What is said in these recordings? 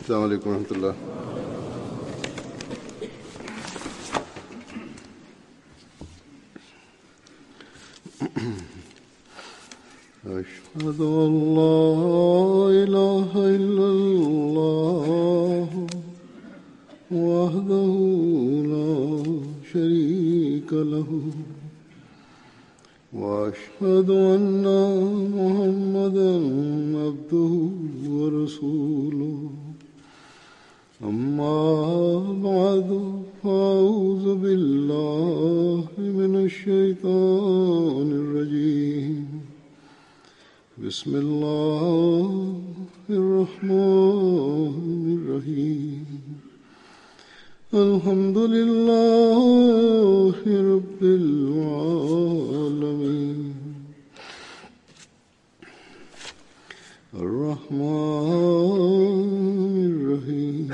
السلام عليكم ورحمة الله. أشهد أن لا إله إلا الله وحده لا شريك له وأشهد أن محمدا عبده ورسوله أما بعد فأعوذ بالله من الشيطان الرجيم بسم الله الرحمن الرحيم الحمد لله رب العالمين الرحمن الرحيم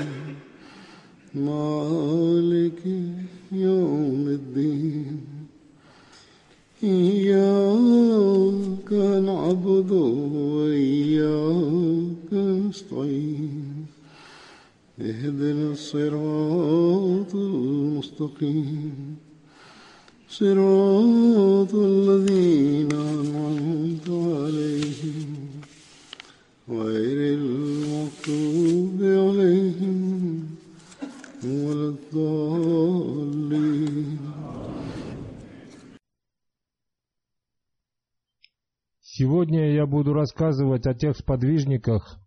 مالك يوم الدين إياك نعبد وإياك نستعين اهدنا الصراط المستقيم صراط الذين أنعمت عليهم غير المغضوب عليهم ولا الضالين. Сегодня я буду рассказывать о тех сподвижниках,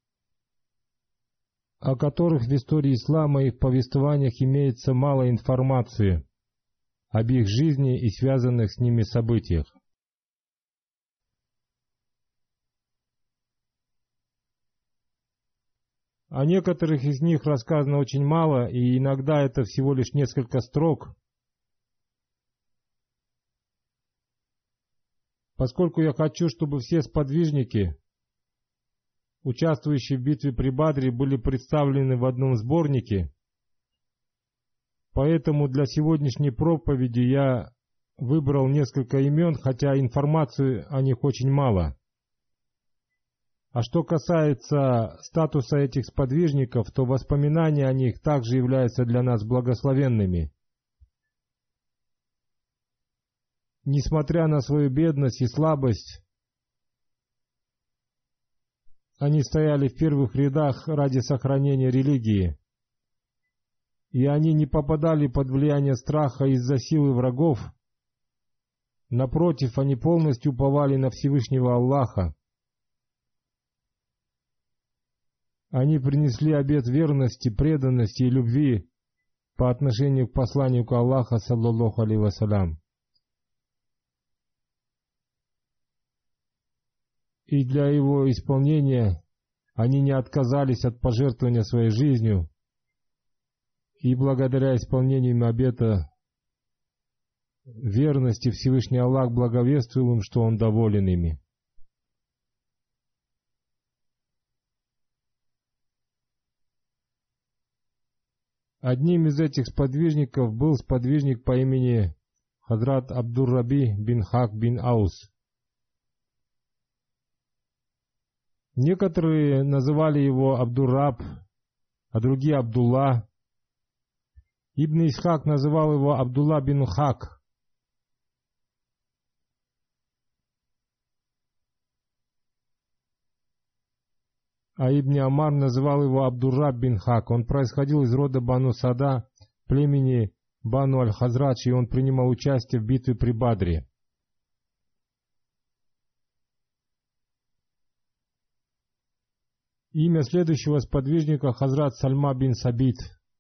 о которых в истории ислама и в повествованиях имеется мало информации об их жизни и связанных с ними событиях. О некоторых из них рассказано очень мало, и иногда это всего лишь несколько строк. Поскольку я хочу, чтобы все сподвижники, участвующие в битве при Бадре, были представлены в одном сборнике, поэтому для сегодняшней проповеди я выбрал несколько имен, хотя информации о них очень мало. А что касается статуса этих сподвижников, то воспоминания о них также являются для нас благословенными. Несмотря на свою бедность и слабость, они стояли в первых рядах ради сохранения религии, и они не попадали под влияние страха из-за силы врагов. Напротив, они полностью уповали на Всевышнего Аллаха. Они принесли обет верности, преданности и любви по отношению к посланнику Аллаха, саллаллаху алейхи вассалям. И для его исполнения они не отказались от пожертвования своей жизнью, и благодаря исполнению им обета верности Всевышний Аллах благовествовал им, что Он доволен ими. Одним из этих сподвижников был сподвижник по имени Хазрат Абдур-Раби бин Хак бин Аус. Некоторые называли его Абдур-Раб, а другие Абдулла. Ибн Исхак называл его Абдулла бин Хак. А Ибн Амар называл его Абдур-Раб бин Хак. Он происходил из рода Бану Сада, племени Бану Аль-Хазрадж, и он принимал участие в битве при Бадре. Имя следующего сподвижника Хазрат Сальма бин Сабит.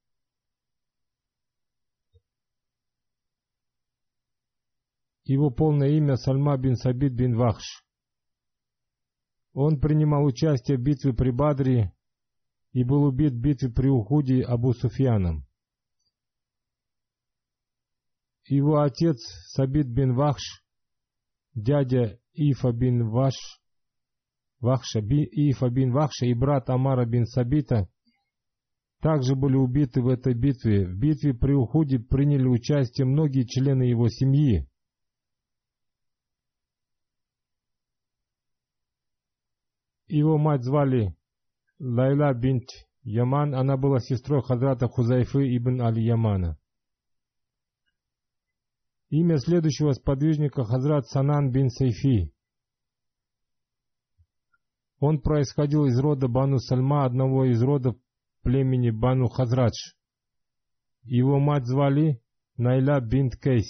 Его полное имя Сальма бин Сабит бин Вахш. Он принимал участие в битве при Бадре и был убит в битве при Ухуде Абу Суфьяном. Его отец Сабит бин Вахш, дядя Ифа бин Вахша и брат Амара бин Сабита также были убиты в этой битве. В битве при Ухуде приняли участие многие члены его семьи. Его мать звали Лайла бинт Яман, она была сестрой Хазрата Хузайфы ибн Аль-Ямана. Имя следующего сподвижника Хазрат Санан бин Сайфи. Он происходил из рода Бану Сальма, одного из родов племени Бану Хазрадж. Его мать звали Найля бинт Кейс.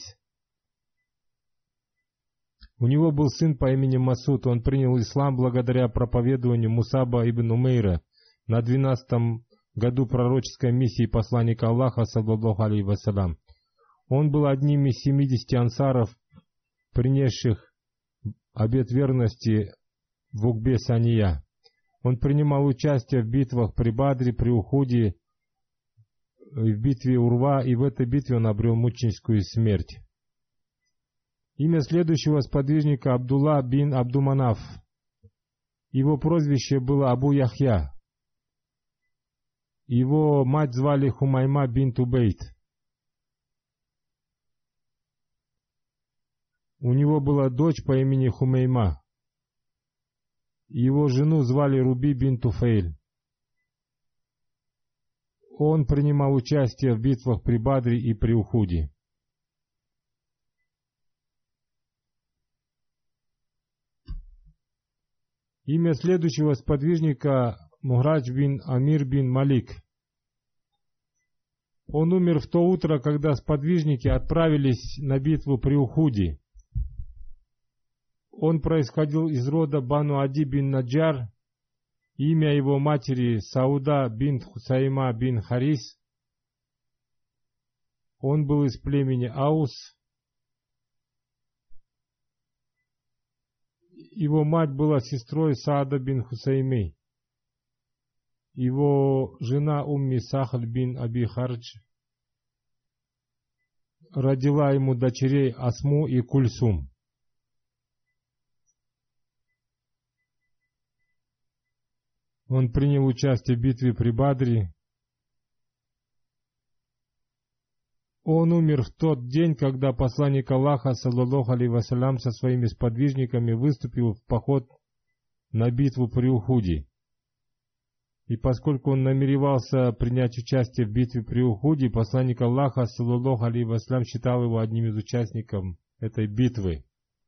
У него был сын по имени Масуд. Он принял ислам благодаря проповедованию Мусаба ибн Умейра на 12-м году пророческой миссии посланника Аллаха, саллаллаху алейхи вассалям. Он был одним из 70 ансаров, принесших обет верности в Укбе Сания. Он принимал участие в битвах при Бадре, при Ухуде, в битве Урва, и в этой битве он обрел мученическую смерть. Имя следующего сподвижника Абдулла бин Абдуманаф. Его прозвище было Абу Яхья. Его мать звали Хумайма бинт Убейт. У него была дочь по имени Хумейма. Его жену звали Руби бин Туфейль. Он принимал участие в битвах при Бадре и при Ухуде. Имя следующего сподвижника Мухрадж бин Амир бин Малик. Он умер в то утро, когда сподвижники отправились на битву при Ухуде. Он происходил из рода Бану Ади бин Наджар. Имя его матери Сауда бинт Хусайма бин Харис. Он был из племени Аус. Его мать была сестрой Саада бин Хусайми. Его жена Умми Сахаль бин Аби Хардж родила ему дочерей Асму и Кульсум. Он принял участие в битве при Бадре. Он умер в тот день, когда посланник Аллаха, саллаллаху алейхи вассалям, со своими сподвижниками выступил в поход на битву при Ухуде. И поскольку он намеревался принять участие в битве при Ухуде, посланник Аллаха, саллаллаху алейхи вассалям, считал его одним из участников этой битвы.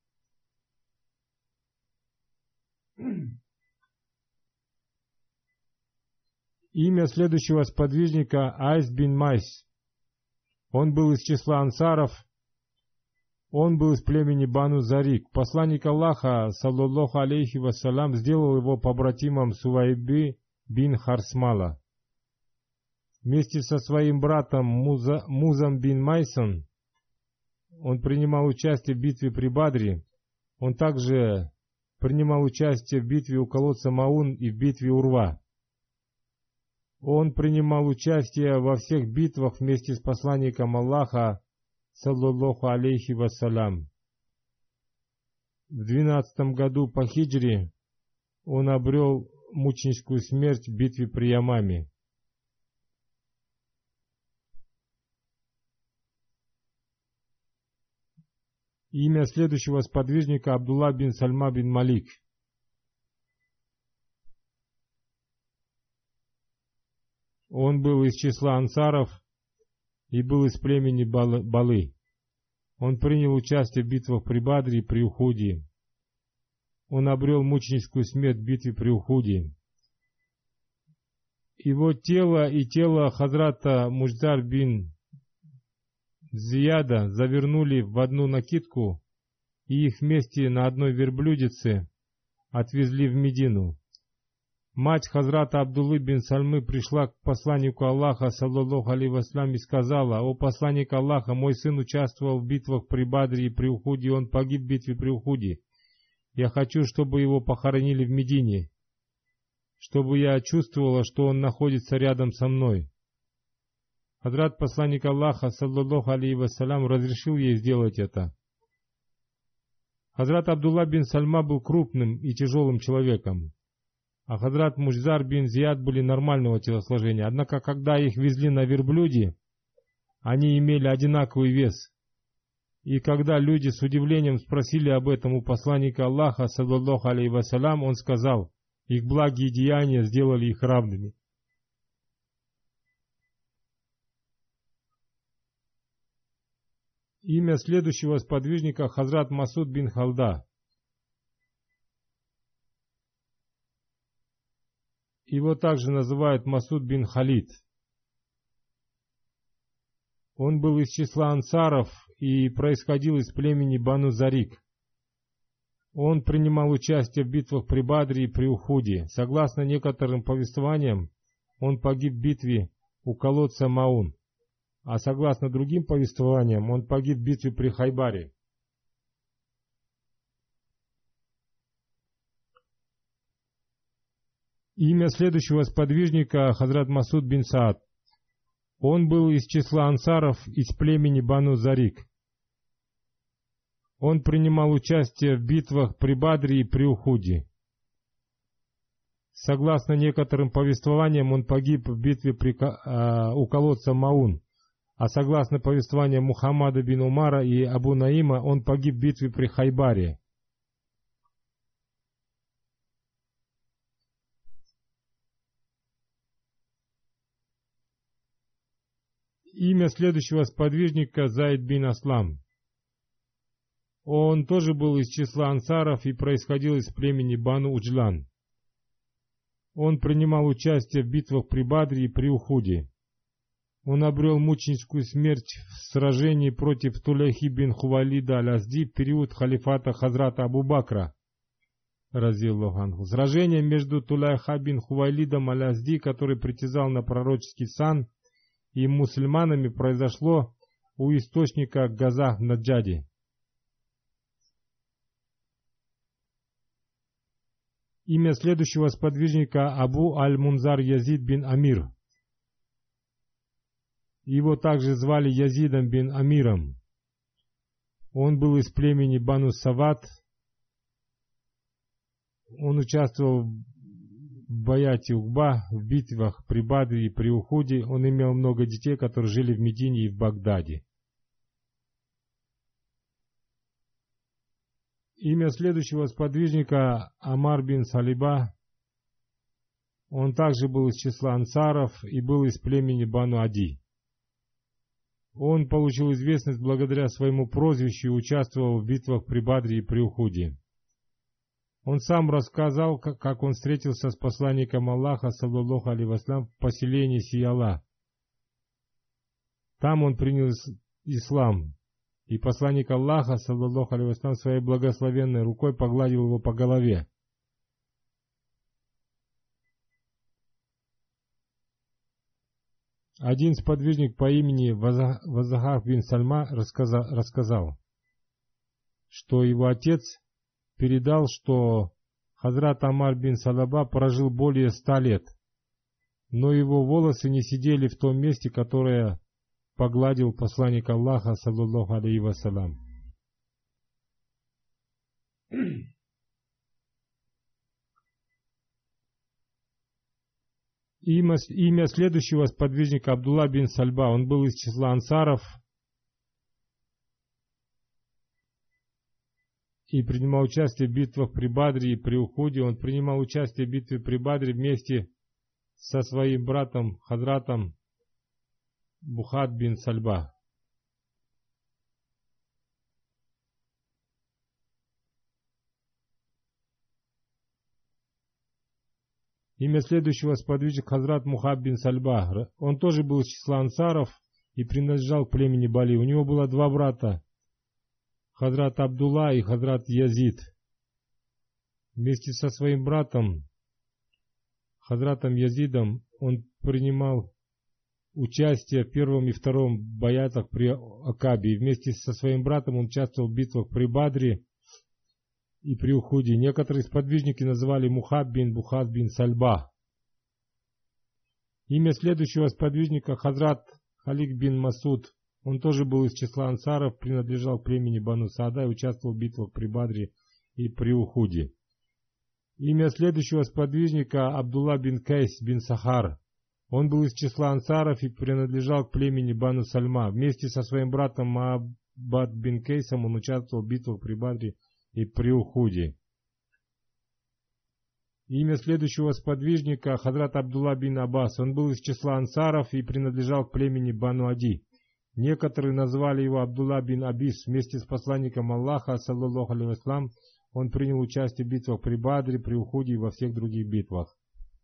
Имя следующего сподвижника Айс бин Майс. Он был из числа ансаров. Он был из племени Бану Зарик. Посланник Аллаха, саллаллаху алейхи вассалям, сделал его побратимом Сувайби бин Харсмала. Вместе со своим братом Музам бин Майсон он принимал участие в битве при Бадре. Он также принимал участие в битве у колодца Маун и в битве Урва. Он принимал участие во всех битвах вместе с посланником Аллаха, саллаллаху алейхи вассалям. В 12 году по хиджре он обрел мученическую смерть в битве при Ямаме. Имя следующего сподвижника Абдулла бин Сальма бин Малик. Он был из числа ансаров и был из племени Балы. Он принял участие в битвах при Бадре и при Ухуде. Он обрел мученическую смерть в битве при Ухуде. Его тело и тело Хазрата Муждар бин Зияда завернули в одну накидку и их вместе на одной верблюдице отвезли в Медину. Мать Хазрата Абдуллы бин Сальмы пришла к посланнику Аллаха, саллаллаху алейхи вассалям, и сказала: «О посланник Аллаха, мой сын участвовал в битвах при Бадре и при Ухуде, и он погиб в битве при Ухуде. Я хочу, чтобы его похоронили в Медине, чтобы я чувствовала, что он находится рядом со мной». Хазрат посланник Аллаха, саллаллаху алейхи вассалям, разрешил ей сделать это. Хазрат Абдулла бин Сальма был крупным и тяжелым человеком, а Хазрат Муждар бин Зияд были нормального телосложения. Однако, когда их везли на верблюде, они имели одинаковый вес. И когда люди с удивлением спросили об этом у посланника Аллаха, саллаллаху алейхи вассалям, он сказал: их благие деяния сделали их равными. Имя следующего сподвижника Хазрат Масуд бин Халда. Его также называют Масуд бин Халид. Он был из числа ансаров и происходил из племени Бану Зарик. Он принимал участие в битвах при Бадре и при Ухуде. Согласно некоторым повествованиям, он погиб в битве у колодца Маун, а согласно другим повествованиям, он погиб в битве при Хайбаре. Имя следующего сподвижника Хазрат Масуд бин Саад. Он был из числа ансаров из племени Бану Зарик. Он принимал участие в битвах при Бадре и при Ухуде. Согласно некоторым повествованиям, он погиб в битве у колодца Маун, а согласно повествованиям Мухаммада бин Умара и Абу Наима, он погиб в битве при Хайбаре. Имя следующего сподвижника Зайд бин Аслам. Он тоже был из числа ансаров и происходил из племени Бану Уджлан. Он принимал участие в битвах при Бадре и при Ухуде. Он обрел мученическую смерть в сражении против Туляхи бин Хувайлида аль-Азди в период халифата Хазрата Абу Бакра. Сражение между Туляха бин Хувайлидом аль-Азди, который притязал на пророческий сан, и мусульманами произошло у источника Газа в Наджаде. Имя следующего сподвижника Абу аль-Мунзар Язид бин Амир. Его также звали Язидом бин Амиром. Он был из племени Бану Сават. Он участвовал в Баяте Угба, в битвах при Бадре и при Ухуде. Он имел много детей, которые жили в Медине и в Багдаде. Имя следующего сподвижника Амар бин Салиба. Он также был из числа ансаров и был из племени Бану Ади. Он получил известность благодаря своему прозвищу и участвовал в битвах при Бадре и при Ухуде. Он сам рассказал, как он встретился с посланником Аллаха, саллаллаху алейхи вассалям, в поселении Сияла. Там он принял ислам, и посланник Аллаха, саллаллаху алейхи вассалям, своей благословенной рукой погладил его по голове. Один сподвижник по имени Вазахар бин Сальма рассказал, что его отец передал, что Хазрат Амар бин Салаба прожил более 100 лет, но его волосы не сидели в том месте, которое погладил посланник Аллаха, саллаллаху алейхи вассалям. Имя следующего сподвижника Абдулла бин Сальба. Он был из числа ансаров и принимал участие в битвах при Бадре и при Ухуде. Он принимал участие в битве при Бадре вместе со своим братом Хазратом Бухат бин Сальба. Имя следующего сподвижника Хазрат Мухаб бин Сальба. Он тоже был из числа ансаров и принадлежал к племени Бали. У него было 2 брата, Хазрат Абдулла и Хазрат Язид. Вместе со своим братом, Хазратом Язидом, он принимал участие в первом и втором баятах при Акабе. И вместе со своим братом он участвовал в битвах при Бадре и при Ухуде. Некоторые сподвижники называли Мухаб бин Бухат бин Сальба. Имя следующего сподвижника Хазрат Халик бин Масуд. Он тоже был из числа ансаров, принадлежал к племени Бану Саада и участвовал в битвах при Бадре и при Ухуде. Имя следующего сподвижника Абдулла бин Кайс бин Сахар. Он был из числа ансаров и принадлежал к племени Бану Сальма. Вместе со своим братом Маабад бин Кейсом он участвовал в битвах при Бадре и при Ухуде. Имя следующего сподвижника Хазрат Абдулла бин Аббас. Он был из числа ансаров и принадлежал к племени Бану Ади. Некоторые назвали его Абдулла бин Абис. Вместе с посланником Аллаха, саллаллаху алейхи вассалям, он принял участие в битвах при Бадре, при Ухуде и во всех других битвах.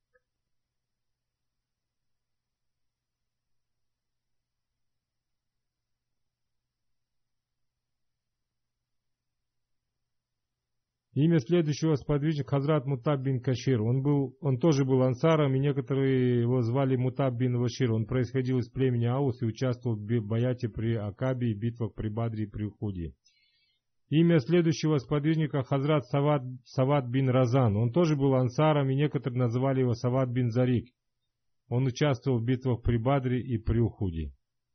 Имя следующего сподвижника Хазрат Мутаб бин Кашир. Он тоже был ансаром, и некоторые его звали Мутаб бин Вашир. Он происходил из племени Аус и участвовал в баяте при Акабе и битвах при Бадре и при Ухуде. Имя следующего сподвижника Хазрат Савад бин Разан. Он тоже был ансаром, и некоторые называли его Савад бин Зарик. Он участвовал в битвах при Бадре и при Ухуде.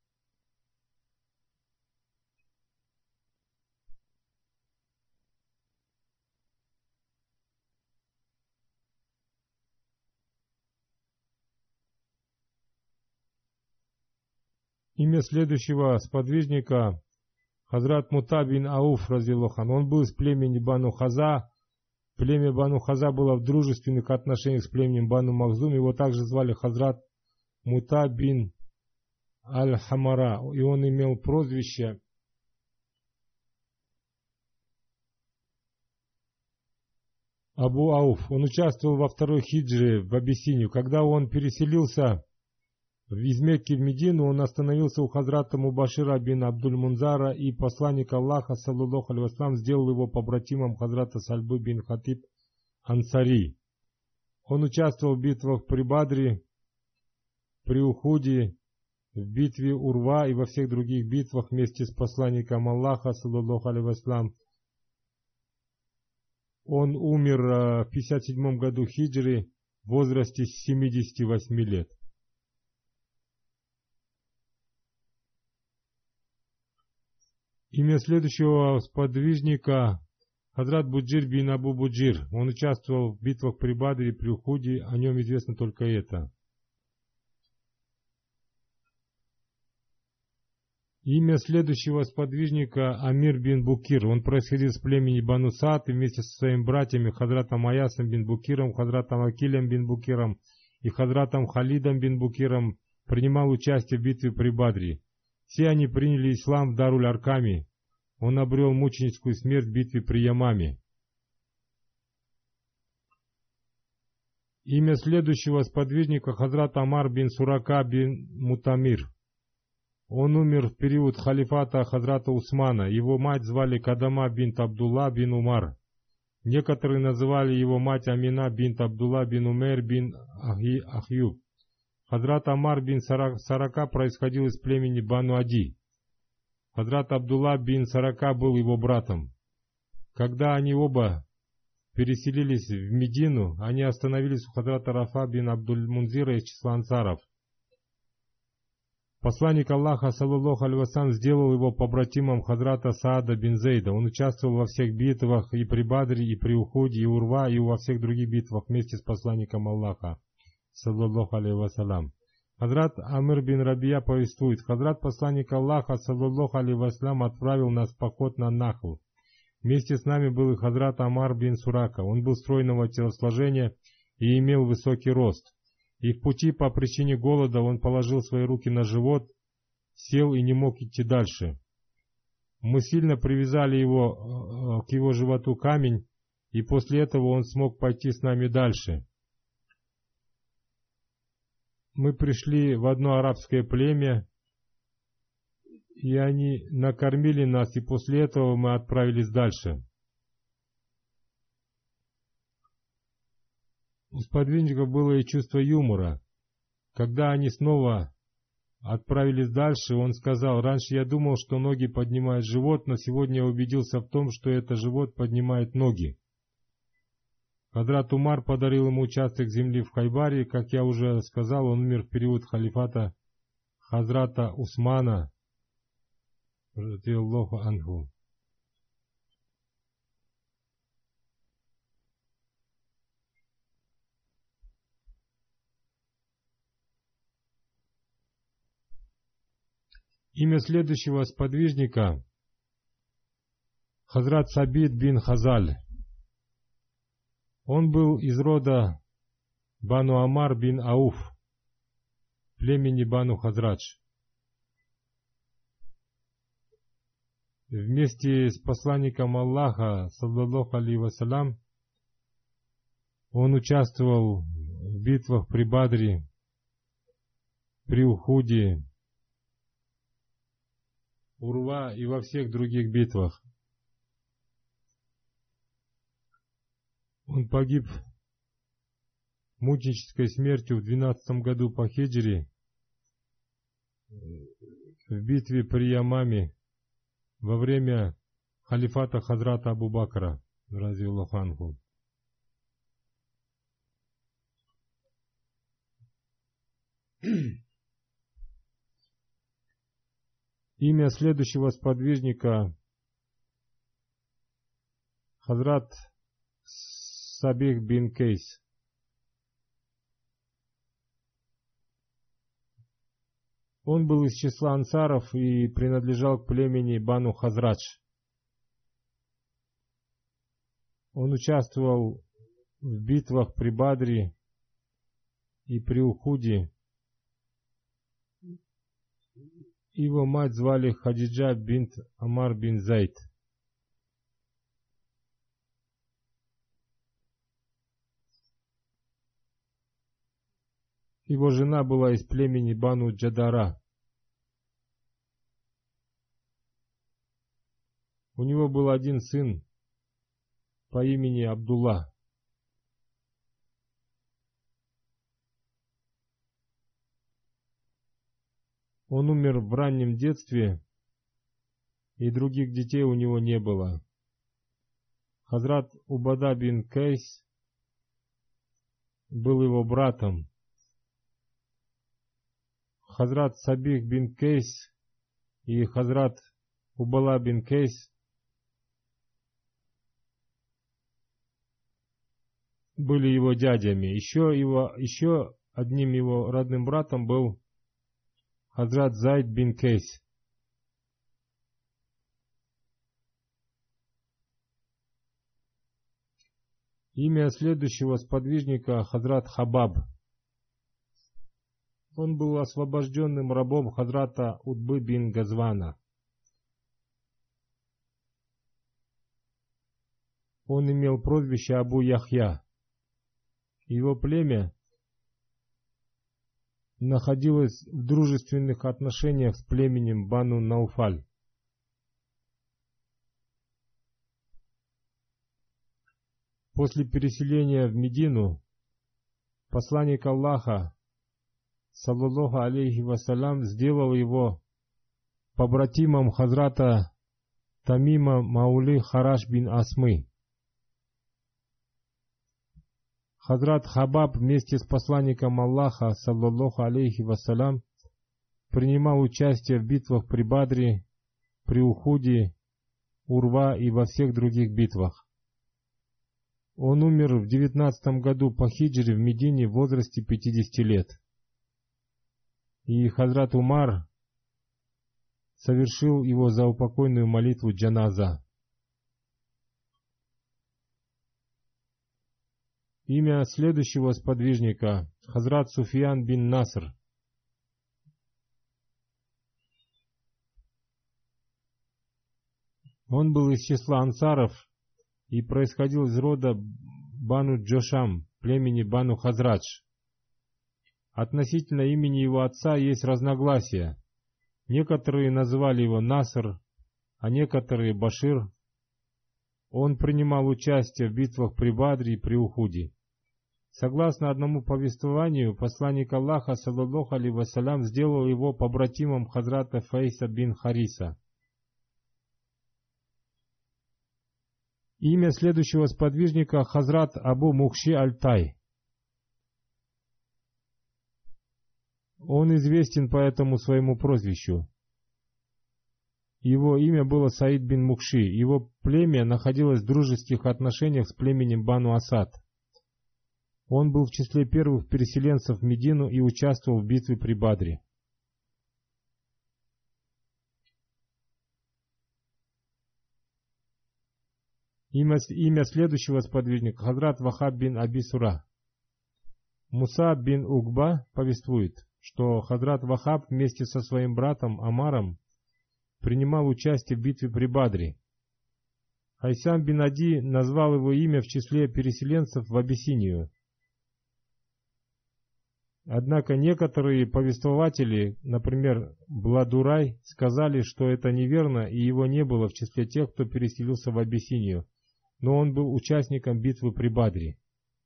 Имя следующего сподвижника Хазрат Мутаб бин Ауф разиллаху анху. Он был из племени Бану Хаза. Племя Бану Хаза было в дружественных отношениях с племенем Бану Махзум. Его также звали Хазрат Мутаб бин Аль-Хамара. И он имел прозвище Абу Ауф. Он участвовал во второй хиджре в Абиссинию. Когда он переселился из Мекки в Медину, он остановился у Хазрата Мубашира бин Абдуль-Мунзара, и посланник Аллаха, саллаллаху алейхи вассалям, сделал его побратимом Хазрата Сальбы бин Хатиб Ансари. Он участвовал в битвах при Бадре, при Ухуде, в битве Урва и во всех других битвах вместе с посланником Аллаха, саллаллаху алейхи вассалям. Он умер в 57 году хиджры в возрасте 78 лет. Имя следующего сподвижника Хазрат Буджир бин Абу Буджир. Он участвовал в битвах при Бадре и при Ухуде, о нем известно только это. Имя следующего сподвижника Амир бин Букир. Он происходил из племени Бану Саад и вместе со своими братьями Хазратом Аясом бин Букиром, Хазратом Акилем бин Букиром и Хазратом Халидом бин Букиром принимал участие в битве при Бадре. Все они приняли ислам в Даруль-Аркаме. Он обрел мученическую смерть в битве при Ямаме. Имя следующего сподвижника Хазрат Амар бин Сурака бин Мутамир. Он умер в период халифата Хазрата Усмана. Его мать звали Кадама бинт Абдулла бин Умар. Некоторые называли его мать Амина бинт Абдулла бин Умер бин Ахьюб. Хазрат Амар бин Сарака происходил из племени Бану Ади. Хазрат Абдулла бин Сарака был его братом. Когда они оба переселились в Медину, они остановились у Хазрата Рафа бин Абдуль-Мунзира из числа ансаров. Посланник Аллаха, саллаллаху алейхи вассалям, сделал его побратимом Хазрата Саада бин Зейда. Он участвовал во всех битвах и при Бадре, и при Ухуде, и Урва, и во всех других битвах вместе с посланником Аллаха, саллаллаху алейхи вассалям. Хазрат Амир бин Рабия повествует: Хазрат посланник Аллаха, саллаллаху алейхи вассалям, отправил нас в поход на Нахл. Вместе с нами был и Хазрат Амар бин Сурака. Он был стройного телосложения и имел высокий рост. И в пути по причине голода он положил свои руки на живот, сел и не мог идти дальше. Мы сильно привязали его к его животу камень, и после этого он смог пойти с нами дальше. Мы пришли в одно арабское племя, и они накормили нас, и после этого мы отправились дальше. У сподвижников было и чувство юмора. Когда они снова отправились дальше, он сказал: раньше я думал, что ноги поднимают живот, но сегодня я убедился в том, что это живот поднимает ноги. Хазрат Умар подарил ему участок земли в Хайбаре. Как я уже сказал, он умер в период халифата Хазрата Усмана, радийаллаху анху. Имя следующего сподвижника Хазрат Сабит бин Хазаль. Он был из рода Бану Амар бин Ауф, племени Бану Хазрадж. вместе с посланником Аллаха, саллаллаху алейхи вассалям, он участвовал в битвах при Бадре, при Ухуде, Урва и во всех других битвах. Он погиб мученической смертью в 12 году по хиджре в битве при Ямаме во время халифата Хазрата Абу Бакра, разияллаху анху. Имя следующего сподвижника Хазрат Сабих бин Кейс. Он был из числа ансаров и принадлежал к племени Бану Хазрадж. Он участвовал в битвах при Бадре и при Ухуде. Его мать звали Хадиджа бинт Амар бин Зайд. Его жена была из племени Бану Джадара. У него был один сын по имени Абдулла. Он умер в раннем детстве, и других детей у него не было. Хазрат Убада бин Кейс был его братом. Хазрат Сабих бин Кейс и Хазрат Убала бин Кейс были его дядями. Еще одним его родным братом был Хазрат Зайд бин Кейс. Имя следующего сподвижника Хазрат Хабаб. Он был освобожденным рабом Хазрата Утбы бин Газвана. Он имел прозвище Абу Яхья. Его племя находилось в дружественных отношениях с племенем Бану Науфаль. После переселения в Медину посланник Аллаха, саллаллаху алейхи вассалям, сделал его побратимом Хазрата Тамима Маули Хараш бин Асмы. Хазрат Хабаб вместе с посланником Аллаха, саллаллаху алейхи вассалям, принимал участие в битвах при Бадре, при Ухуде, Урва и во всех других битвах. Он умер в 19 году по хиджре в Медине в возрасте 50 лет. И Хазрат Умар совершил его заупокойную молитву джаназа. Имя следующего сподвижника Хазрат Суфьян бин Наср. Он был из числа ансаров и происходил из рода Бану Джошам, племени Бану Хазрадж. Относительно имени его отца есть разногласия. Некоторые называли его Наср, а некоторые Башир. Он принимал участие в битвах при Бадре и при Ухуде. Согласно одному повествованию, посланник Аллаха, саллаллаху алейхи вассалям, сделал его побратимом Хазрата Фейса бин Хариса. Имя следующего сподвижника Хазрат Абу Мухши Аль-Тай. Он известен по этому своему прозвищу. Его имя было Саид бин Мухши. Его племя находилось в дружеских отношениях с племенем Бану Асад. Он был в числе первых переселенцев в Медину и участвовал в битве при Бадре. Имя следующего сподвижника Хазрат Вахаб бин Аби Сура. Муса бин Угба повествует, что Хазрат Вахаб вместе со своим братом Амаром принимал участие в битве при Бадре. Хайсам бин Ади назвал его имя в числе переселенцев в Абиссинию. Однако некоторые повествователи, например, Бладурай, сказали, что это неверно и его не было в числе тех, кто переселился в Абиссинию, но он был участником битвы при Бадре.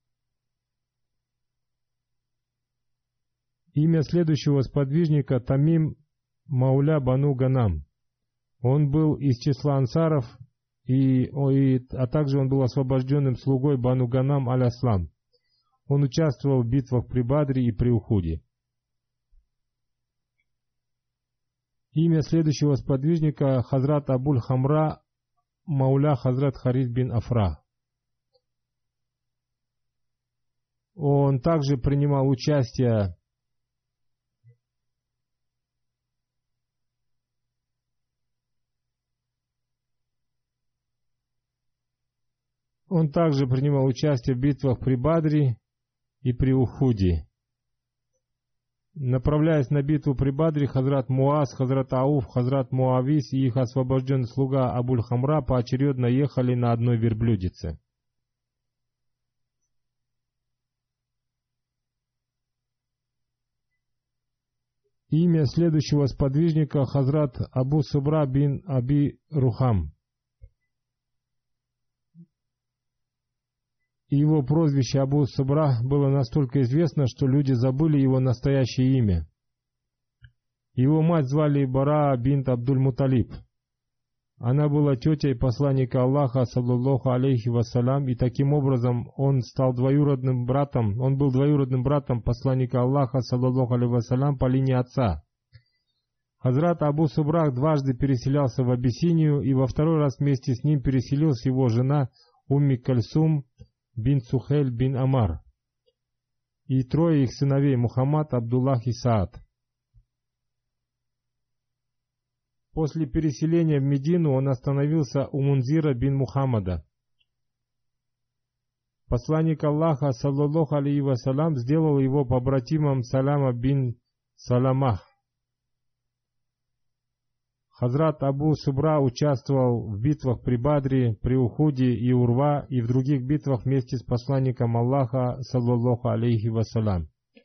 Имя следующего сподвижника Тамим Мауля Бану Ганам. Он был из числа ансаров, а также он был освобожденным слугой Бану Ганам аль-Аслам. Он участвовал в битвах при Бадре и при Ухуде. Имя следующего сподвижника Хазрат Абуль Хамра Мауля Хазрат Харис бин Афра. Он также принимал участие в битвах при Бадре и при Ухуде. Направляясь на битву при Бадре, Хазрат Муаз, Хазрат Ауф, Хазрат Муавис и их освобожденный слуга Абуль Хамра поочередно ехали на одной верблюдице. Имя следующего сподвижника Хазрат Абу Субра бин Аби Рухам. Его прозвище Абу Субра было настолько известно, что люди забыли его настоящее имя. Его мать звали Бара бинт Абдуль-Муталиб. Она была тетей посланника Аллаха, саллаллаху алейхи вассалям, и таким образом он был двоюродным братом посланника Аллаха, саллаллаху алейхи вассалям, по линии отца. Хазрат Абу Субра дважды переселялся в Абиссинию, и во второй раз вместе с ним переселилась его жена Умми Кальсум бин Сухель бин Амар и трое их сыновей Мухаммад, Абдуллах и Саад. После переселения в Медину он остановился у Мунзира бин Мухаммада. Посланник Аллаха, саллаллаху алейхи вассалям, сделал его побратимом Салама бин Саламах. Хазрат Абу Субра участвовал в битвах при Бадре, при Ухуде и Урва и в других битвах вместе с посланником Аллаха, саллаллаху алейхи вассалям.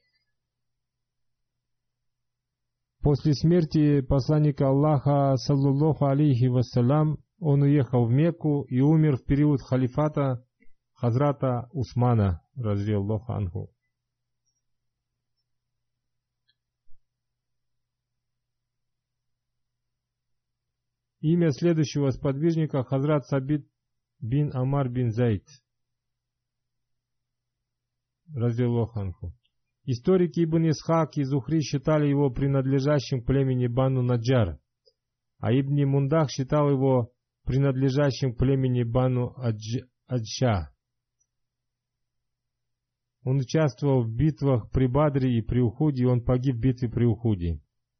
После смерти посланника Аллаха, саллаллаху алейхи вассалям, он уехал в Мекку и умер в период халифата Хазрата Усмана, разъяллаху анху. Имя следующего сподвижника Хазрат Сабит бин Амар бин Зайд, разъяллаху анху. Историки Ибн Исхак и Зухри считали его принадлежащим к племени Бану Наджар, а Ибн Мундах считал его принадлежащим к племени Бану Аджша. Он участвовал в битвах при Бадре и при Ухуде, и он погиб в битве при Ухуде.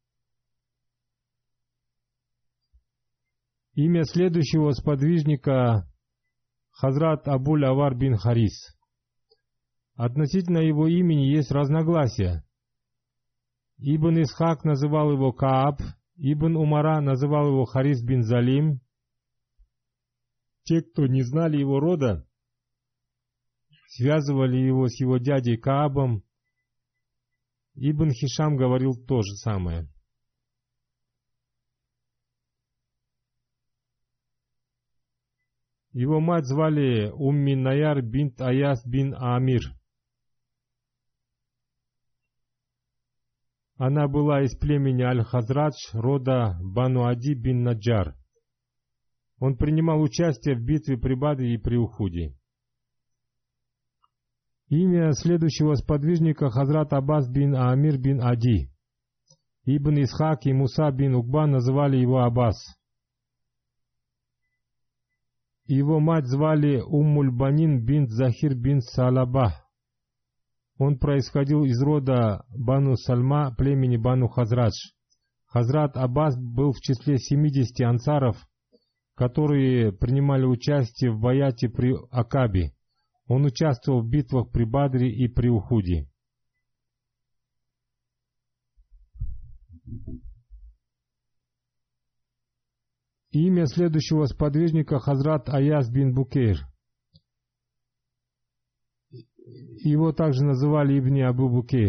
Имя следующего сподвижника Хазрат Абуль Авар бин Харис. Относительно его имени есть разногласия. Ибн Исхак называл его Кааб, Ибн Умара называл его Харис бин Залим. Те, кто не знали его рода, связывали его с его дядей Каабом. Ибн Хишам говорил то же самое. Его мать звали Умми Наяр бинт Аяс бин Амир. Она была из племени Аль-Хазрадж, рода Бану Ади бин Наджар. Он принимал участие в битве при Бадре и при Ухуде. Имя следующего сподвижника Хазрат Аббас бин Амир бин Ади. Ибн Исхак и Муса бин Укба называли его Аббас. Его мать звали Уммуль-Банин бинт Захир бин Салаба. Он происходил из рода Бану Сальма, племени Бану Хазрадж. Хазрат Аббас был в числе 70 ансаров, которые принимали участие в баяте при Акабе. Он участвовал в битвах при Бадре и при Ухуде. Имя следующего сподвижника Хазрат Аяс бин Букейр. Его также называли Ибн Абу Букейр.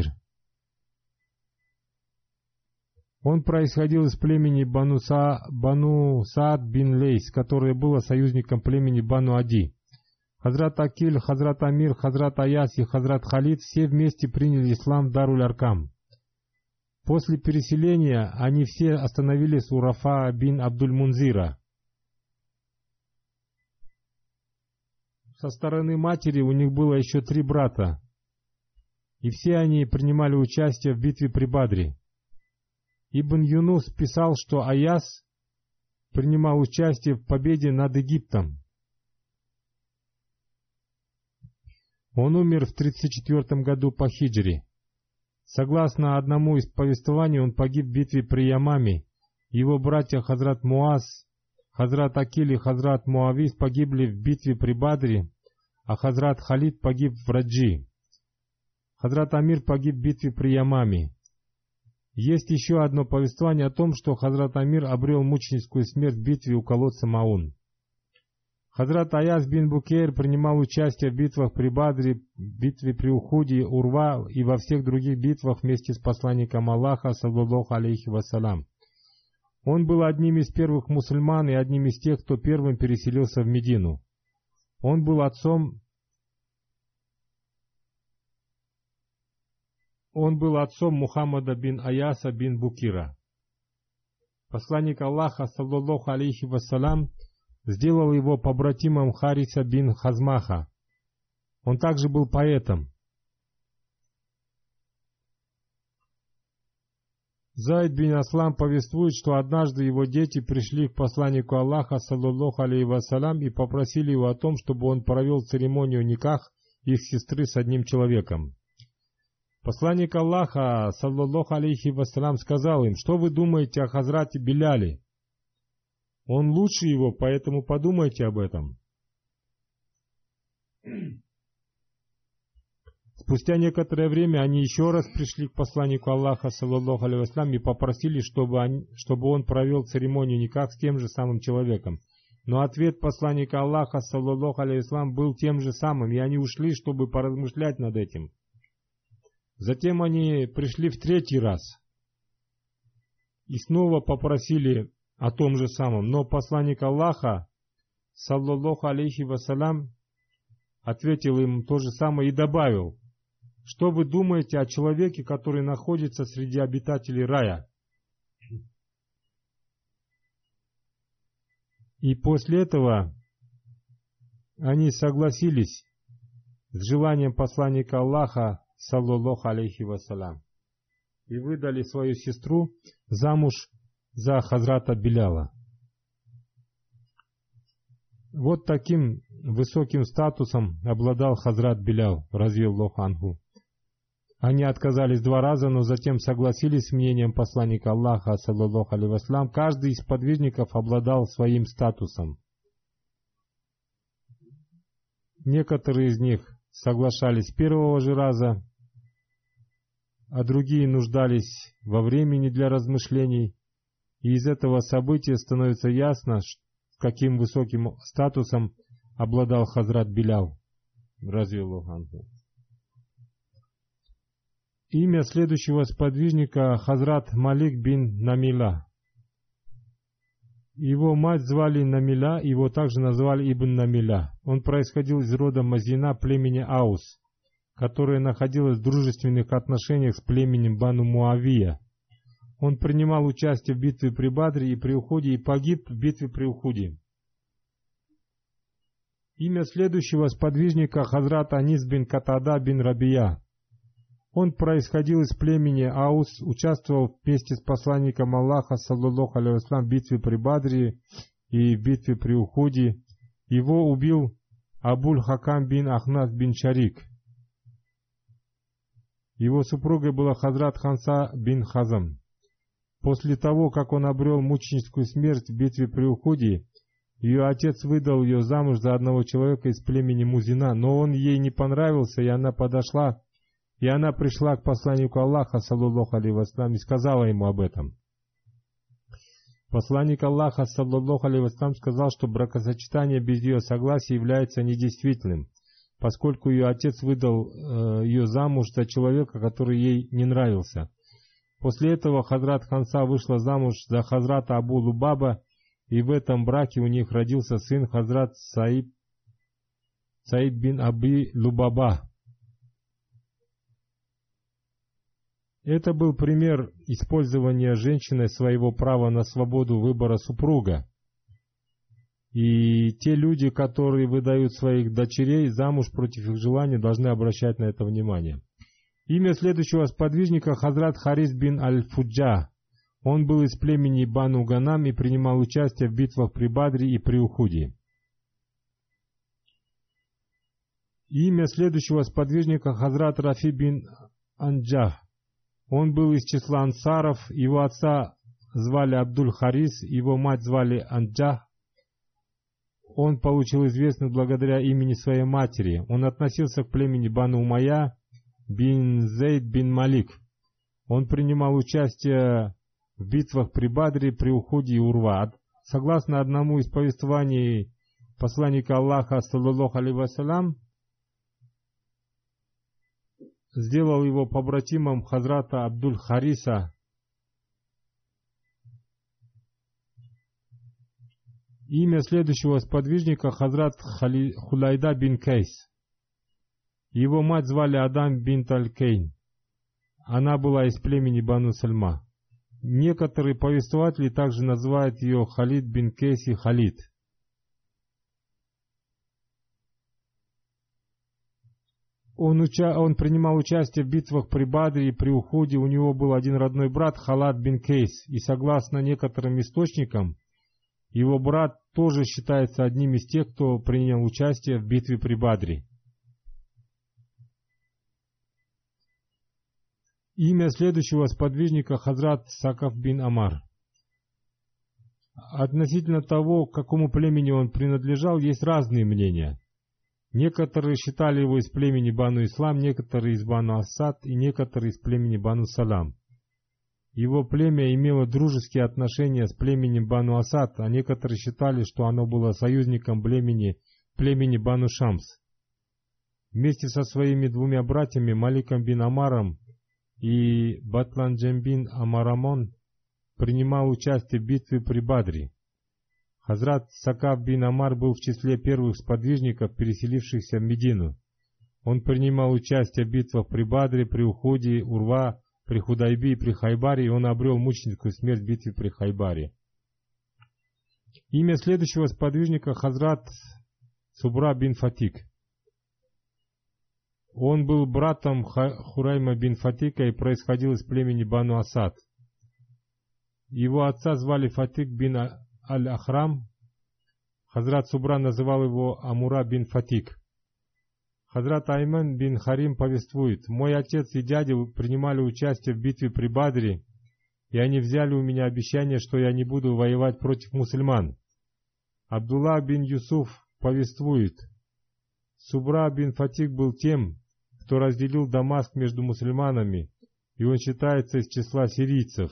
Он происходил из племени Бану Саад бин Лейс, которое было союзником племени Бану Ади. Хазрат Акиль, Хазрат Амир, Хазрат Аяс и Хазрат Халид все вместе приняли ислам в Даруль-Аркам. После переселения они все остановились у Рафа бин Абдуль-Мунзира. Со стороны матери у них было еще 3 брата, и все они принимали участие в битве при Бадре. Ибн Юнус писал, что Аяс принимал участие в победе над Египтом. Он умер в 34 году по хиджре. Согласно одному из повествований, он погиб в битве при Ямаме. Его братья Хазрат Муаз, Хазрат Акиль и Хазрат Муавиз погибли в битве при Бадре, а Хазрат Халид погиб в Раджи. Хазрат Амир погиб в битве при Ямаме. Есть еще одно повествование о том, что Хазрат Амир обрел мученическую смерть в битве у колодца Маун. Хазрат Аяс бин Букейр принимал участие в битвах при Бадре, битве при Ухуде, Урва и во всех других битвах вместе с посланником Аллаха, саллаллаху алейхи вассалям. Он был одним из первых мусульман и одним из тех, кто первым переселился в Медину. Он был отцом Мухаммада бин Аяса бин Букира. Посланник Аллаха, саллаллаху алейхи вассалям, сделал его побратимом Хариса бин Хазмаха. Он также был поэтом. Зайд бин Аслам повествует, что однажды его дети пришли к посланнику Аллаха, саллаллаху алейхи вассалям, и попросили его о том, чтобы он провел церемонию никах их сестры с одним человеком. Посланник Аллаха, саллаллаху алейхи вассалям, сказал им: что вы думаете о Хазрате Биляле? Он лучше его, поэтому подумайте об этом. Спустя некоторое время они еще раз пришли к посланнику Аллаха, саллаллаху алейхи вассалям, и попросили, чтобы он провел церемонию никах с тем же самым человеком. Но ответ посланника Аллаха, саллаллаху алейхи вассалям, был тем же самым, и они ушли, чтобы поразмышлять над этим. Затем они пришли в 3-й раз и снова попросили о том же самом. Но посланник Аллаха, саллаллаху алейхи вассалям, ответил им то же самое и добавил: что вы думаете о человеке, который находится среди обитателей рая? И после этого они согласились с желанием посланника Аллаха, саллаллаху алейхи вассалям, и выдали свою сестру замуж за Хазрата Биляла. Вот таким высоким статусом обладал Хазрат Билял, разъяллаху анху. Они отказались 2 раза, но затем согласились с мнением посланника Аллаха, саллаллаху алейхи вассалям. Каждый из подвижников обладал своим статусом. Некоторые из них соглашались с 1-го же раза, а другие нуждались во времени для размышлений. И из этого события становится ясно, каким высоким статусом обладал Хазрат Билял, разъяллаху анху. Имя следующего сподвижника Хазрат Малик бин Намиля. Его мать звали Намиля, его также назвали Ибн Намиля. Он происходил из рода Мазина племени Аус, которое находилось в дружественных отношениях с племенем Бану Муавия. Он принимал участие в битве при Бадре и при Ухуде и погиб в битве при Ухуде. Имя следующего сподвижника Хазрат Анис бин Катада бин Рабия. Он происходил из племени Аус, участвовал вместе с посланником Аллаха, саллаллаху алейхи вассалям, в битве при Бадре и в битве при Ухуде. Его убил Абуль-Хакам бин Ахнас бин Шарик. Его супругой была Хазрат Ханса бин Хазам. После того, как он обрел мученическую смерть в битве при Ухуде, ее отец выдал ее замуж за одного человека из племени Музина, но он ей не понравился, и она пришла к посланнику Аллаха, саллаллаху алейхи вассалям, и сказала ему об этом. Посланник Аллаха, саллаллаху алейхи вассалям, сказал, что бракосочетание без ее согласия является недействительным, поскольку ее отец выдал ее замуж за человека, который ей не нравился. После этого Хазрат Ханса вышла замуж за Хазрата Абу Лубаба, и в этом браке у них родился сын Хазрат Саид бин Аби Лубаба. Это был пример использования женщиной своего права на свободу выбора супруга. И те люди, которые выдают своих дочерей замуж против их желания, должны обращать на это внимание. Имя следующего сподвижника Хазрат Харис бин Аль-Фуджа. Он был из племени Бану Ганам и принимал участие в битвах при Бадре и при Ухуде. Имя следующего сподвижника Хазрат Рафи бин Анджах. Он был из числа ансаров, его отца звали Абдуль Харис, его мать звали Анджах. Он получил известность благодаря имени своей матери. Он относился к племени Бану Умайя бин Зейд бин Малик. Он принимал участие в битвах при Бадре, при Ухуде и Урва. Согласно одному из повествований посланника Аллаха, саллаллаху алейхи вассалям, сделал его побратимом Хазрата Абдуль Хариса. Имя следующего сподвижника Хазрат Хулайда бин Кейс. Его мать звали Адам бинт Аль-Кейн. Она была из племени Бану Сальма. Некоторые повествователи также называют ее Халид бин Кейс и Халид. Он принимал участие в битвах при Бадре и при Ухуде. У него был один родной брат Халад бин Кейс. И согласно некоторым источникам, его брат тоже считается одним из тех, кто принял участие в битве при Бадре. Имя следующего сподвижника Хазрат Сакаф бин Амар. Относительно того, к какому племени он принадлежал, есть разные мнения. Некоторые считали его из племени Бану Ислам, некоторые из Бану Асад и некоторые из племени Бану Салам. Его племя имело дружеские отношения с племенем Бану Асад, а некоторые считали, что оно было союзником племени Бану Шамс. Вместе со своими двумя братьями Маликом бин Амаром и Батланджем бин Амарамон принимал участие в битве при Бадре. Хазрат Сакаф бин Амар был в числе первых сподвижников, переселившихся в Медину. Он принимал участие в битвах при Бадре, при Ухуде, Урва, при Худайби и при Хайбаре, и он обрел мученическую смерть в битве при Хайбаре. Имя следующего сподвижника Хазрат Субра бин Фатик. Он был братом Хурайма бин Фатика и происходил из племени Бану Асад. Его отца звали Фатик бин Аль-Ахрам. Хазрат Субра называл его Амура бин Фатик. Хазрат Айман бин Харим повествует: «Мой отец и дядя принимали участие в битве при Бадре, и они взяли у меня обещание, что я не буду воевать против мусульман». Абдулла бин Юсуф повествует: «Субра бин Фатик был тем, кто разделил Дамаск между мусульманами, и он считается из числа сирийцев».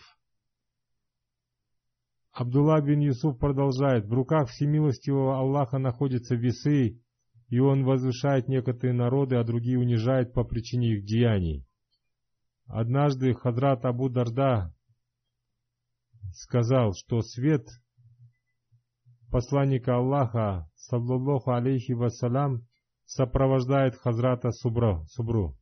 Абдулла бин Юсуф продолжает: «В руках всемилостивого Аллаха находятся весы, и он возвышает некоторые народы, а другие унижает по причине их деяний». Однажды Хазрат Абу Дарда сказал, что свет посланника Аллаха, саллаллаху алейхи вассалям, сопровождает Хазрата Субру.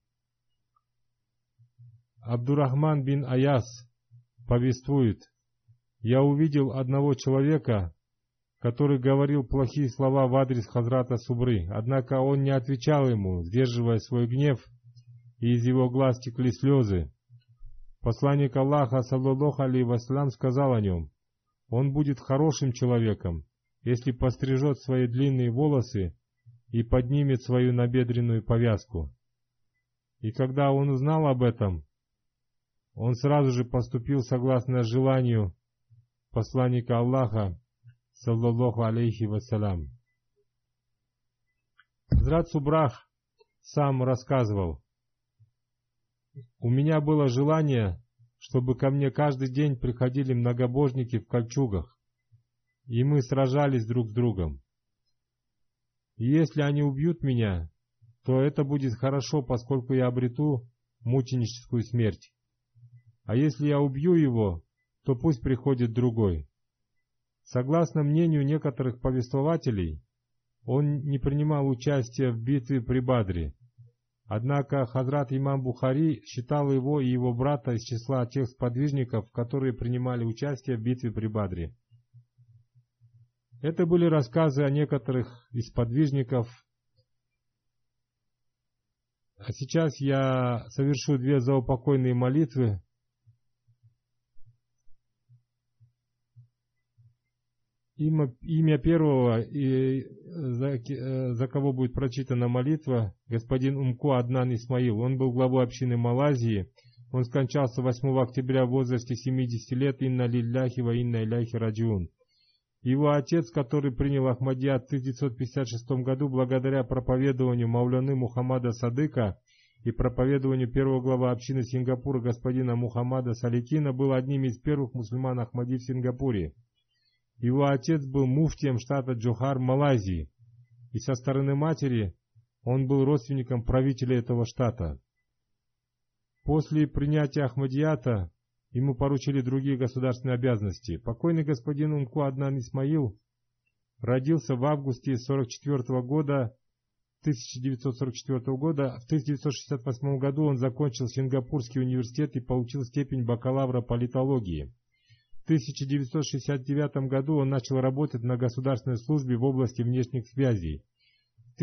Абдурахман бин Аяс повествует: «Я увидел одного человека, который говорил плохие слова в адрес Хазрата Субры, однако он не отвечал ему, сдерживая свой гнев, и из его глаз текли слезы. Посланник Аллаха, саллаллаху алейхи вассалям, сказал о нем: он будет хорошим человеком, если пострижет свои длинные волосы и поднимет свою набедренную повязку. И когда он узнал об этом, он сразу же поступил согласно желанию посланника Аллаха, саллаллаху алейхи вассалям». Хазрат Субрах сам рассказывал: «У меня было желание, чтобы ко мне каждый день приходили многобожники в кольчугах, и мы сражались друг с другом. И если они убьют меня, то это будет хорошо, поскольку я обрету мученическую смерть. А если я убью его, то пусть приходит другой. Согласно мнению некоторых повествователей, он не принимал участия в битве при Бадре. Однако Хазрат имам Бухари считал его и его брата из числа тех сподвижников, которые принимали участие в битве при Бадре. Это были рассказы о некоторых из сподвижников. А сейчас я совершу 2 заупокойные молитвы. Имя первого, за кого будет прочитана молитва, господин Умку Аднан Исмаил. Он был главой общины Малайзии. Он скончался 8 октября в возрасте 70 лет. Инна лилляхи ва инна иляйхи раджиун. Его отец, который принял Ахмадият в 1956 году благодаря проповедованию Мауляны Мухаммада Садыка и проповедованию первого главы общины Сингапура господина Мухаммада Саликина, был одним из первых мусульман Ахмади в Сингапуре. Его отец был муфтием штата Джохар, Малайзии, и со стороны матери он был родственником правителя этого штата. После принятия Ахмадията ему поручили другие государственные обязанности. Покойный господин Умку Аднан Исмаил родился в августе 1944 года. В 1968 году он закончил Сингапурский университет и получил степень бакалавра политологии. В 1969 году он начал работать на государственной службе в области внешних связей. С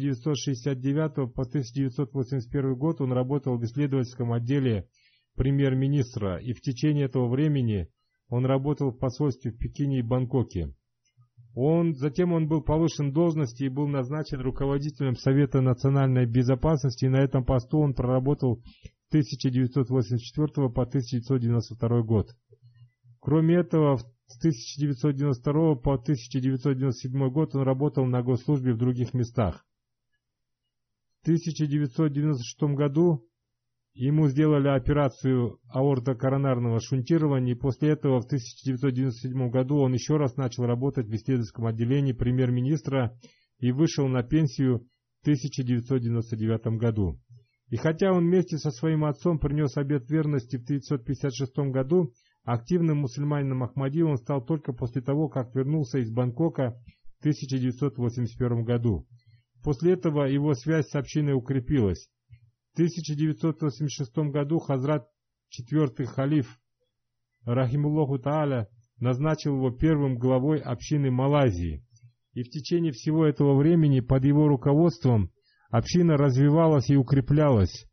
1969 по 1981 год он работал в исследовательском отделе премьер-министра, и в течение этого времени он работал в посольстве в Пекине и Бангкоке. Затем он был повышен в должности и был назначен руководителем Совета национальной безопасности, и на этом посту он проработал с 1984 по 1992 год. Кроме этого, с 1992 по 1997 год он работал на госслужбе в других местах. В 1996 году ему сделали операцию аортокоронарного шунтирования, и после этого в 1997 году он еще раз начал работать в исследовательском отделении премьер-министра и вышел на пенсию в 1999 году. И хотя он вместе со своим отцом принес обет верности в 1956 году, активным мусульманином Ахмади он стал только после того, как вернулся из Бангкока в 1981 году. После этого его связь с общиной укрепилась. В 1986 году Хазрат IV халиф Рахимуллаху Тааля назначил его первым главой общины Малайзии. И в течение всего этого времени под его руководством община развивалась и укреплялась.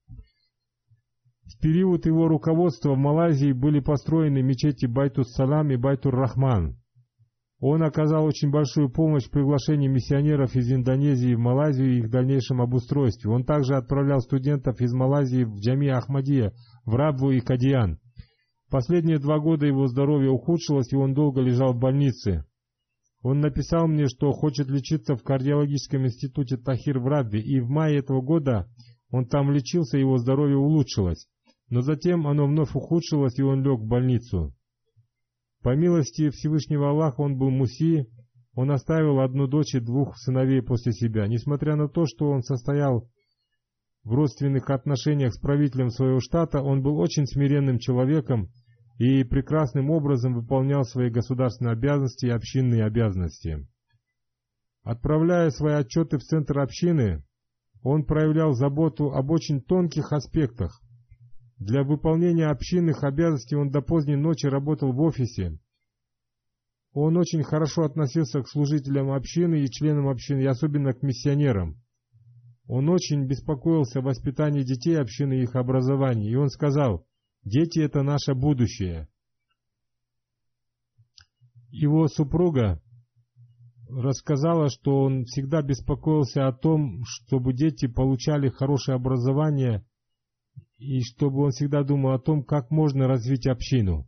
В период его руководства в Малайзии были построены мечети Байтус-Салам и Байтур-Рахман. Он оказал очень большую помощь в приглашении миссионеров из Индонезии в Малайзию и их дальнейшем обустройстве. Он также отправлял студентов из Малайзии в Джамия Ахмадия, в Рабву и Кадиян. Последние 2 года его здоровье ухудшилось, и он долго лежал в больнице. Он написал мне, что хочет лечиться в кардиологическом институте Тахир в Рабве, и в мае этого года он там лечился, и его здоровье улучшилось. Но затем оно вновь ухудшилось, и он лег в больницу. По милости Всевышнего Аллаха он был муси, он оставил 1 дочь и 2 сыновей после себя. Несмотря на то, что он состоял в родственных отношениях с правителем своего штата, он был очень смиренным человеком и прекрасным образом выполнял свои государственные обязанности и общинные обязанности. Отправляя свои отчеты в центр общины, он проявлял заботу об очень тонких аспектах. Для выполнения общинных обязанностей он до поздней ночи работал в офисе. Он очень хорошо относился к служителям общины и членам общины, и особенно к миссионерам. Он очень беспокоился о воспитании детей общины и их образовании, и он сказал: «Дети – это наше будущее». Его супруга рассказала, что он всегда беспокоился о том, чтобы дети получали хорошее образование, и чтобы он всегда думал о том, как можно развить общину.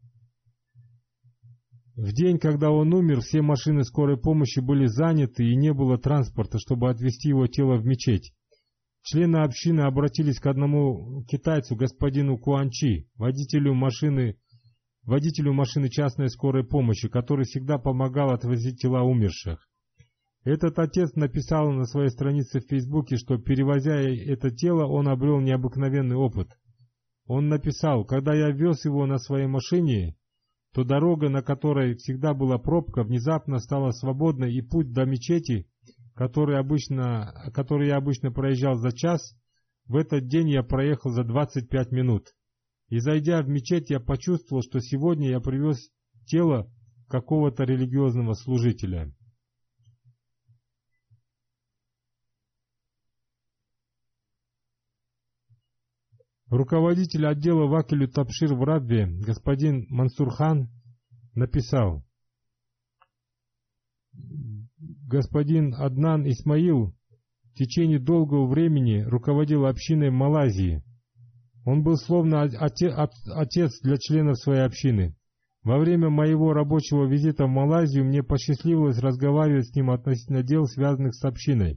В день, когда он умер, все машины скорой помощи были заняты, и не было транспорта, чтобы отвезти его тело в мечеть. члены общины обратились к одному китайцу, господину Куанчи, водителю машины частной скорой помощи, который всегда помогал отвозить тела умерших. Этот отец написал на своей странице в Фейсбуке, что, перевозя это тело, он обрел необыкновенный опыт. Он написал: «Когда я вез его на своей машине, то дорога, на которой всегда была пробка, внезапно стала свободной, и путь до мечети, который я обычно проезжал за час, в этот день я проехал за 25 минут. И зайдя в мечеть, я почувствовал, что сегодня я привез тело какого-то религиозного служителя». Руководитель отдела Вакилю Табшир в Раббе, господин Мансурхан, написал: «Господин Аднан Исмаил в течение долгого времени руководил общиной в Малайзии. Он был словно отец для членов своей общины. Во время моего рабочего визита в Малайзию мне посчастливилось разговаривать с ним относительно дел, связанных с общиной.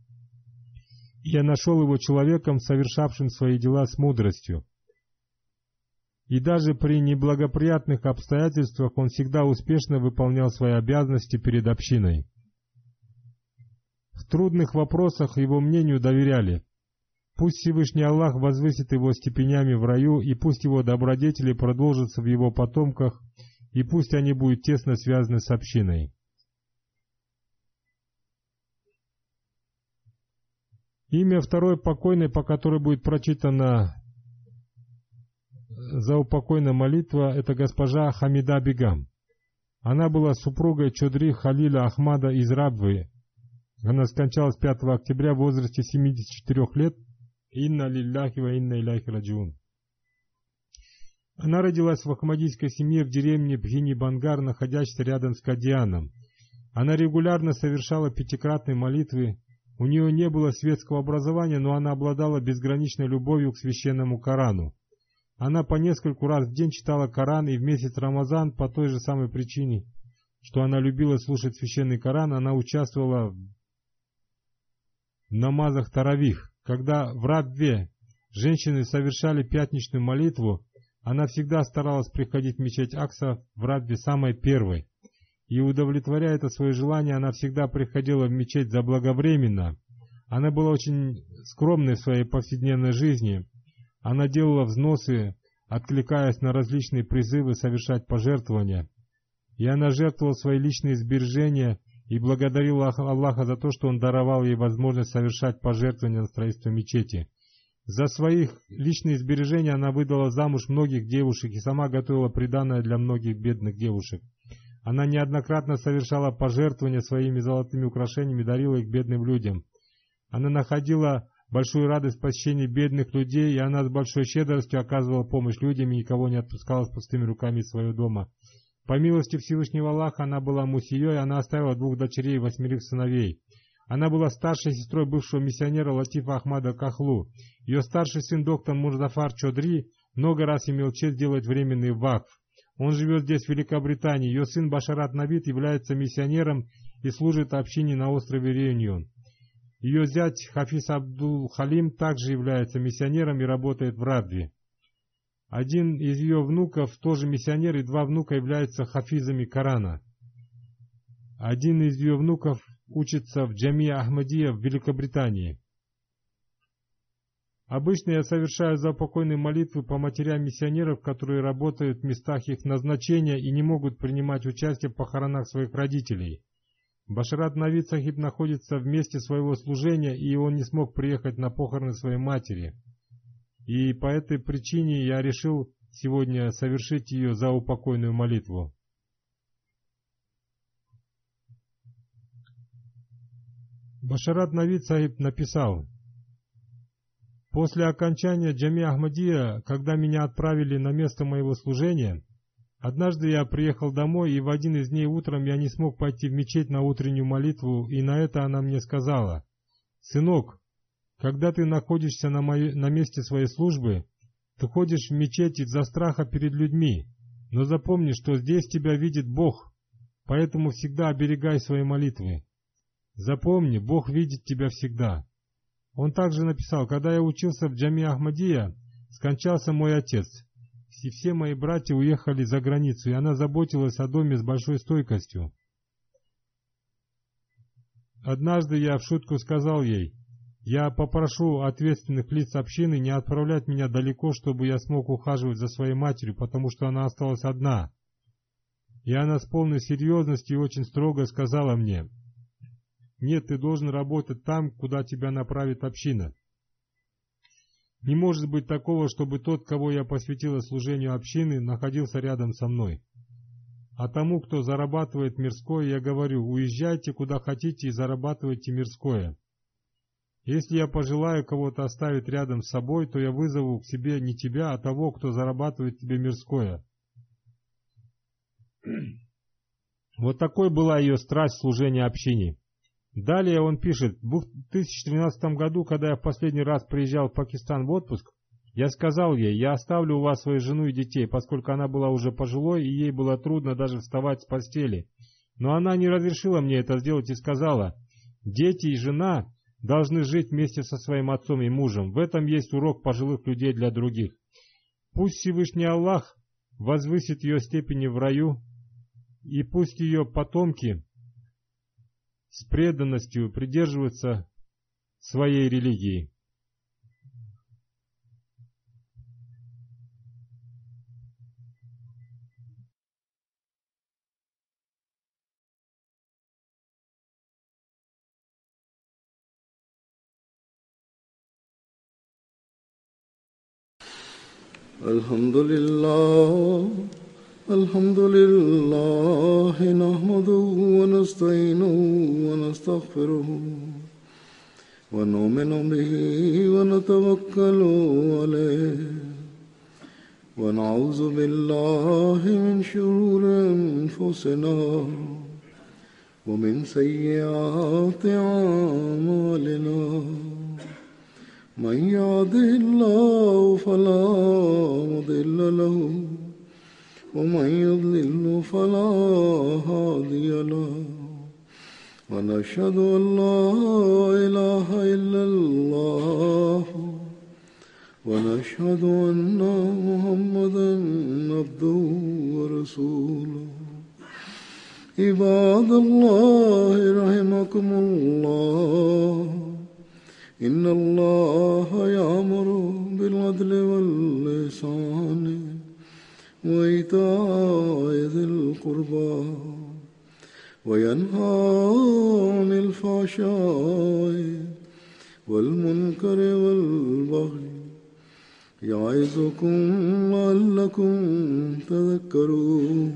Я нашел его человеком, совершавшим свои дела с мудростью. И даже при неблагоприятных обстоятельствах он всегда успешно выполнял свои обязанности перед общиной. В трудных вопросах его мнению доверяли. Пусть Всевышний Аллах возвысит его степенями в раю, и пусть его добродетели продолжатся в его потомках, и пусть они будут тесно связаны с общиной». Имя второй покойной, по которой будет прочитана заупокойная молитва, это госпожа Хамида Бегам. Она была супругой Чодри Халиля Ахмада из Рабвы. Она скончалась 5 октября в возрасте 74 лет. Инна лилляхи ва инна иляйхи раджиун. Она родилась в ахмадийской семье в деревне Бхини-Бангар, находящейся рядом с Кадианом. Она регулярно совершала пятикратные молитвы. У нее не было светского образования, но она обладала безграничной любовью к священному Корану. Она по нескольку раз в день читала Коран, и в месяц Рамазан, по той же самой причине, что она любила слушать священный Коран, она участвовала в намазах таравих. Когда в Рабве женщины совершали пятничную молитву, она всегда старалась приходить в мечеть Акса в Рабве самой первой. И, удовлетворяя это свое желание, она всегда приходила в мечеть заблаговременно. Она была очень скромной в своей повседневной жизни. Она делала взносы, откликаясь на различные призывы совершать пожертвования. И она жертвовала свои личные сбережения и благодарила Аллаха за то, что Он даровал ей возможность совершать пожертвования на строительство мечети. За свои личные сбережения она выдала замуж многих девушек и сама готовила приданое для многих бедных девушек. Она неоднократно совершала пожертвования своими золотыми украшениями, дарила их бедным людям. Она находила большую радость в посещении бедных людей, и она с большой щедростью оказывала помощь людям и никого не отпускала с пустыми руками из своего дома. По милости Всевышнего Аллаха она была мусией, она оставила 2 дочерей и 8 сыновей. Она была старшей сестрой бывшего миссионера Латифа Ахмада Кахлу. Ее старший сын доктор Мурзафар Чодри много раз имел честь делать временный вакф. Он живет здесь, в Великобритании. Ее сын Башарат Навид является миссионером и служит общине на острове Реюнион. Ее зять Хафиз Абдул Халим также является миссионером и работает в Рабве. Один из ее внуков тоже миссионер, и 2 внука являются хафизами Корана. Один из ее внуков учится в Джамия Ахмадия в Великобритании. Обычно я совершаю заупокойные молитвы по матерям миссионеров, которые работают в местах их назначения и не могут принимать участие в похоронах своих родителей. Башарат Навид Сахиб находится в месте своего служения, и он не смог приехать на похороны своей матери. И по этой причине я решил сегодня совершить ее заупокойную молитву. Башарат Навид Сахиб написал: «После окончания Джами Ахмадия, когда меня отправили на место моего служения, однажды я приехал домой, и в один из дней утром я не смог пойти в мечеть на утреннюю молитву, и на это она мне сказала: «Сынок, когда ты находишься на месте своей службы, ты ходишь в мечеть из-за страха перед людьми, но запомни, что здесь тебя видит Бог, поэтому всегда оберегай свои молитвы. Запомни, Бог видит тебя всегда». Он также написал: когда я учился в Джами Ахмадия, скончался мой отец, и все мои братья уехали за границу, и она заботилась о доме с большой стойкостью. Однажды я в шутку сказал ей: я попрошу ответственных лиц общины не отправлять меня далеко, чтобы я смог ухаживать за своей матерью, потому что она осталась одна. И она с полной серьезностью и очень строго сказала мне: нет, ты должен работать там, куда тебя направит община. Не может быть такого, чтобы тот, кого я посвятила служению общины, находился рядом со мной. А тому, кто зарабатывает мирское, я говорю: уезжайте куда хотите и зарабатывайте мирское. Если я пожелаю кого-то оставить рядом с собой, то я вызову к себе не тебя, а того, кто зарабатывает тебе мирское. Вот такой была ее страсть служения общине. Далее он пишет: в 2013 году, когда я в последний раз приезжал в Пакистан в отпуск, я сказал ей: я оставлю у вас свою жену и детей, поскольку она была уже пожилой, и ей было трудно даже вставать с постели. Но она не разрешила мне это сделать и сказала: дети и жена должны жить вместе со своим отцом и мужем. В этом есть урок пожилых людей для других. Пусть Всевышний Аллах возвысит ее степени в раю, и пусть ее потомки с преданностью придерживаются своей религии. الحمد لله نحمده ونستعينه ونستغفره ونؤمن به ونتوكل عليه ونعوذ بالله من شرور أنفسنا ومن سيئات أعمالنا من يهده الله فلا مضل له ومن يضلل فلا هادي له ونشهد أن لا إله إلا الله ونشهد أن محمدا عبده ورسوله عباد الله رحمكم الله إن الله يأمر بالعدل والإحسان وإيتاء ذي القربى وينهى عن الفحشاء والمنكر والبغي يعظكم لعلكم تذكرون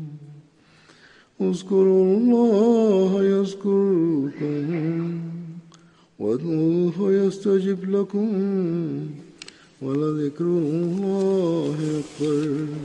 اذكروا الله يذكركم وادعوه يستجب لكم ولذكر الله أكبر.